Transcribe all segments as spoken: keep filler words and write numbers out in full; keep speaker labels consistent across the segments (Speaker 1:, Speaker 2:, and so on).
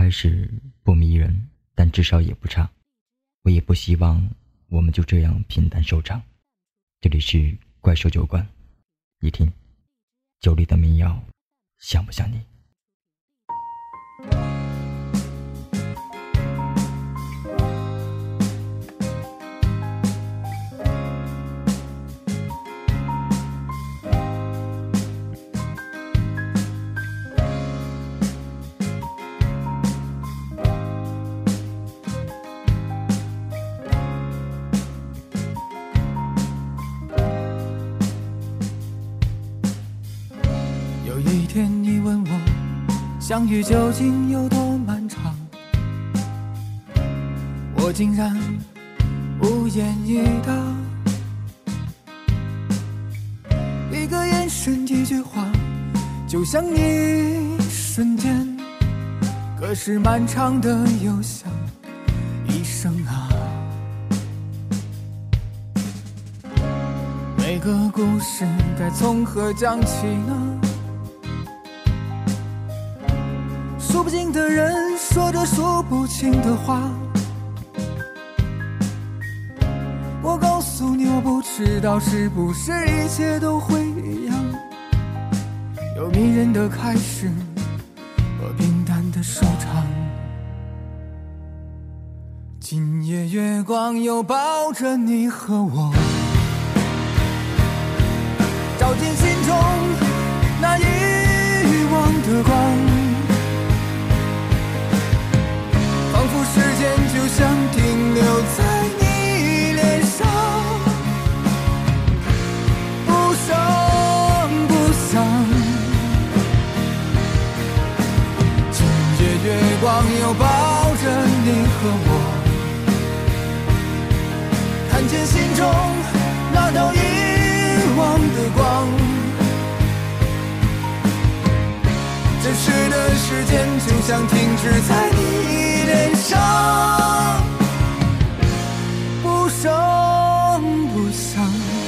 Speaker 1: 开始不迷人，但至少也不差。我也不希望我们就这样平淡收场。这里是怪兽酒馆，你听，酒里的民谣像不像你？
Speaker 2: 有一天你问我相遇究竟有多漫长，我竟然无言以答。一个眼神一句话，就像你瞬间隔世漫长的又像一生啊。每个故事该从何讲起呢？数不尽的人说着数不清的话，我告诉你，我不知道是不是一切都会一样，有迷人的开始和平淡的收场。今夜月光又抱着你和我，照进心中那遗忘的光，仿佛时间就像停留在你脸上，不声不响。今夜月光又抱着你和我，看见心中那道遗忘的光，真实的时间就像停止在你脸上，不声不响。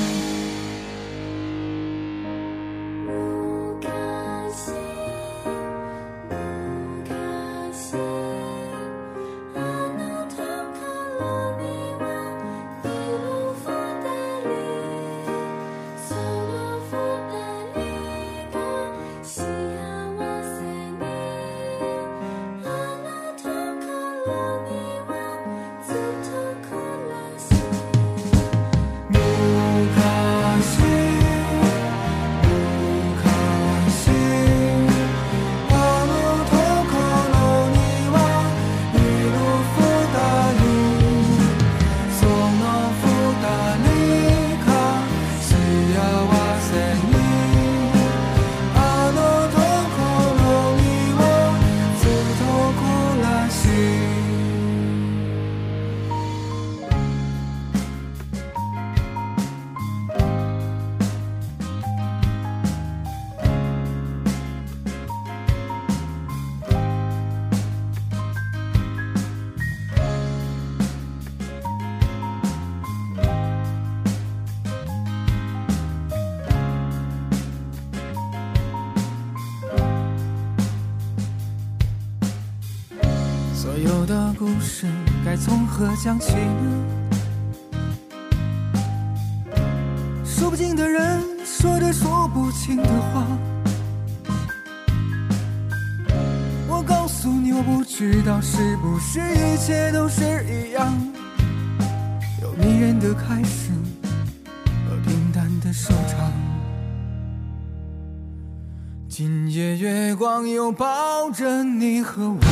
Speaker 2: 所有的故事该从何讲起呢？数不尽的人说着说不清的话，我告诉你，我不知道是不是一切都是一样，有迷人的开始和平淡的收场。今夜月光又抱着你和我，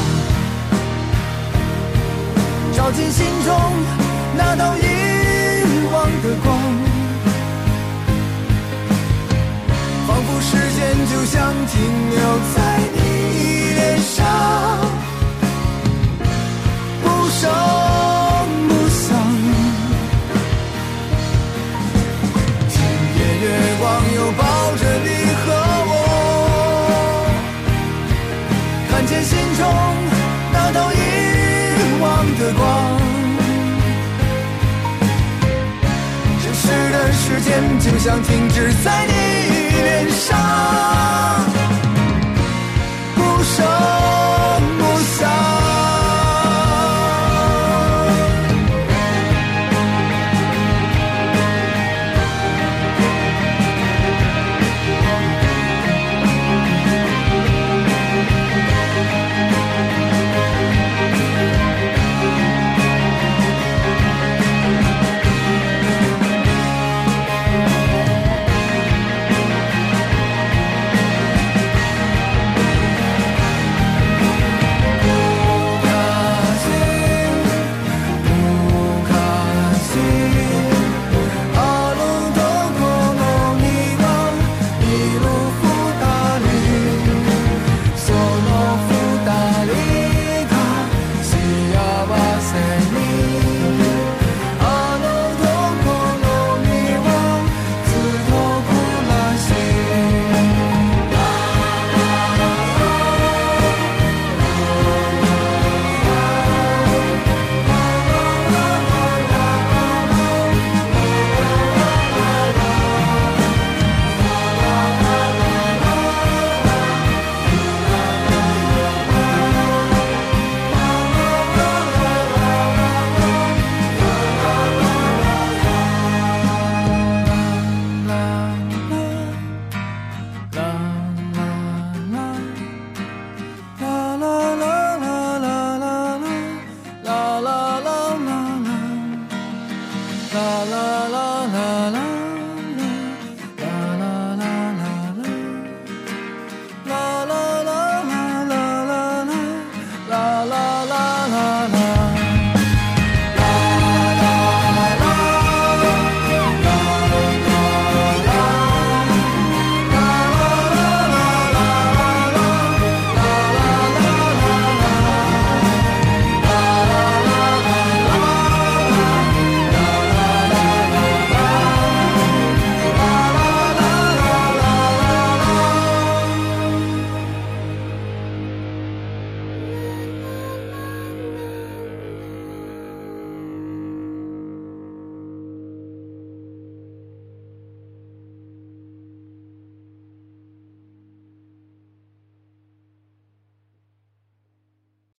Speaker 2: 照进心中那道遗忘的光，仿佛时间就像停留在你脸上，不声不响。今夜月光又抱着你和我，看见心中那道遗忘的光，真实的时间就像停止在你脸上。